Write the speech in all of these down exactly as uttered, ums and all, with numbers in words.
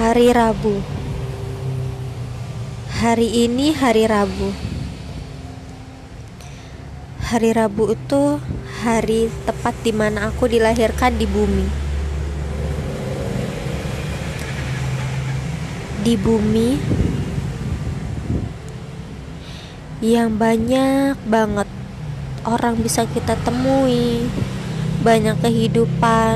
Hari Rabu. Hari ini hari Rabu. Hari Rabu itu hari tepat di mana aku dilahirkan di bumi. Di bumi yang banyak banget orang bisa kita temui, banyak kehidupan.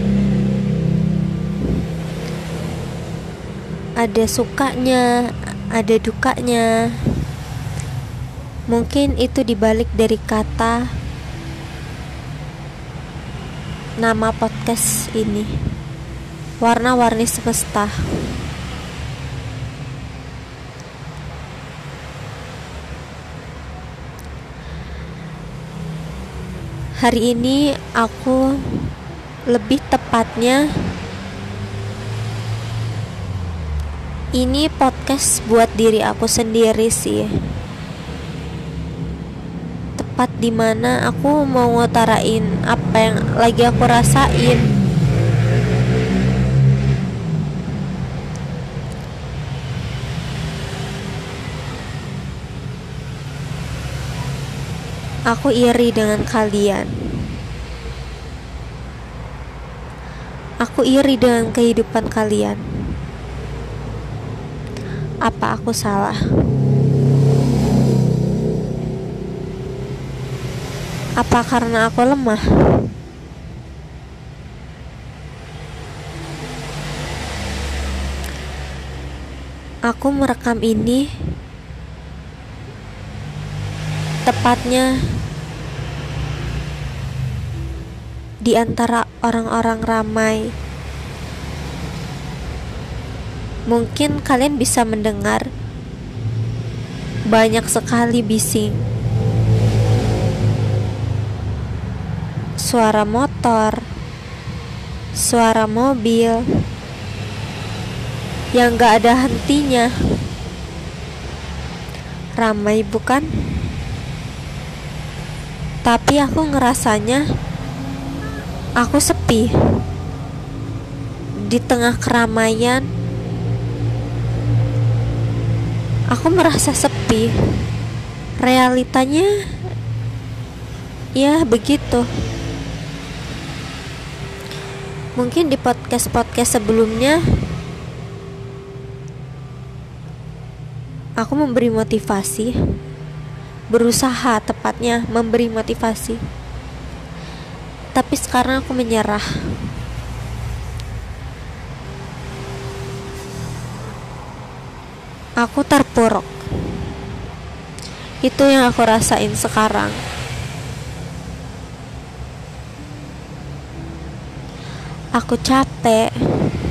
Ada sukanya, ada dukanya. Mungkin itu dibalik dari kata nama podcast ini, Warna-Warni Semesta. Hari ini aku lebih tepatnya ini podcast buat diri aku sendiri sih. Tepat dimana aku mau ngutarain apa yang lagi aku rasain. Aku iri dengan kalian. Aku iri dengan kehidupan kalian. Apa aku salah? Apa karena aku lemah? Aku merekam ini tepatnya di antara orang-orang ramai. Mungkin kalian bisa mendengar banyak sekali bising, suara motor, suara mobil yang gak ada hentinya. Ramai bukan? Tapi aku ngerasanya aku sepi. Di tengah keramaian aku merasa sepi. Realitanya ya begitu. Mungkin di podcast-podcast sebelumnya aku memberi motivasi, berusaha tepatnya memberi motivasi. Tapi sekarang aku menyerah. Aku terpuruk. Itu yang aku rasain sekarang. Aku capek.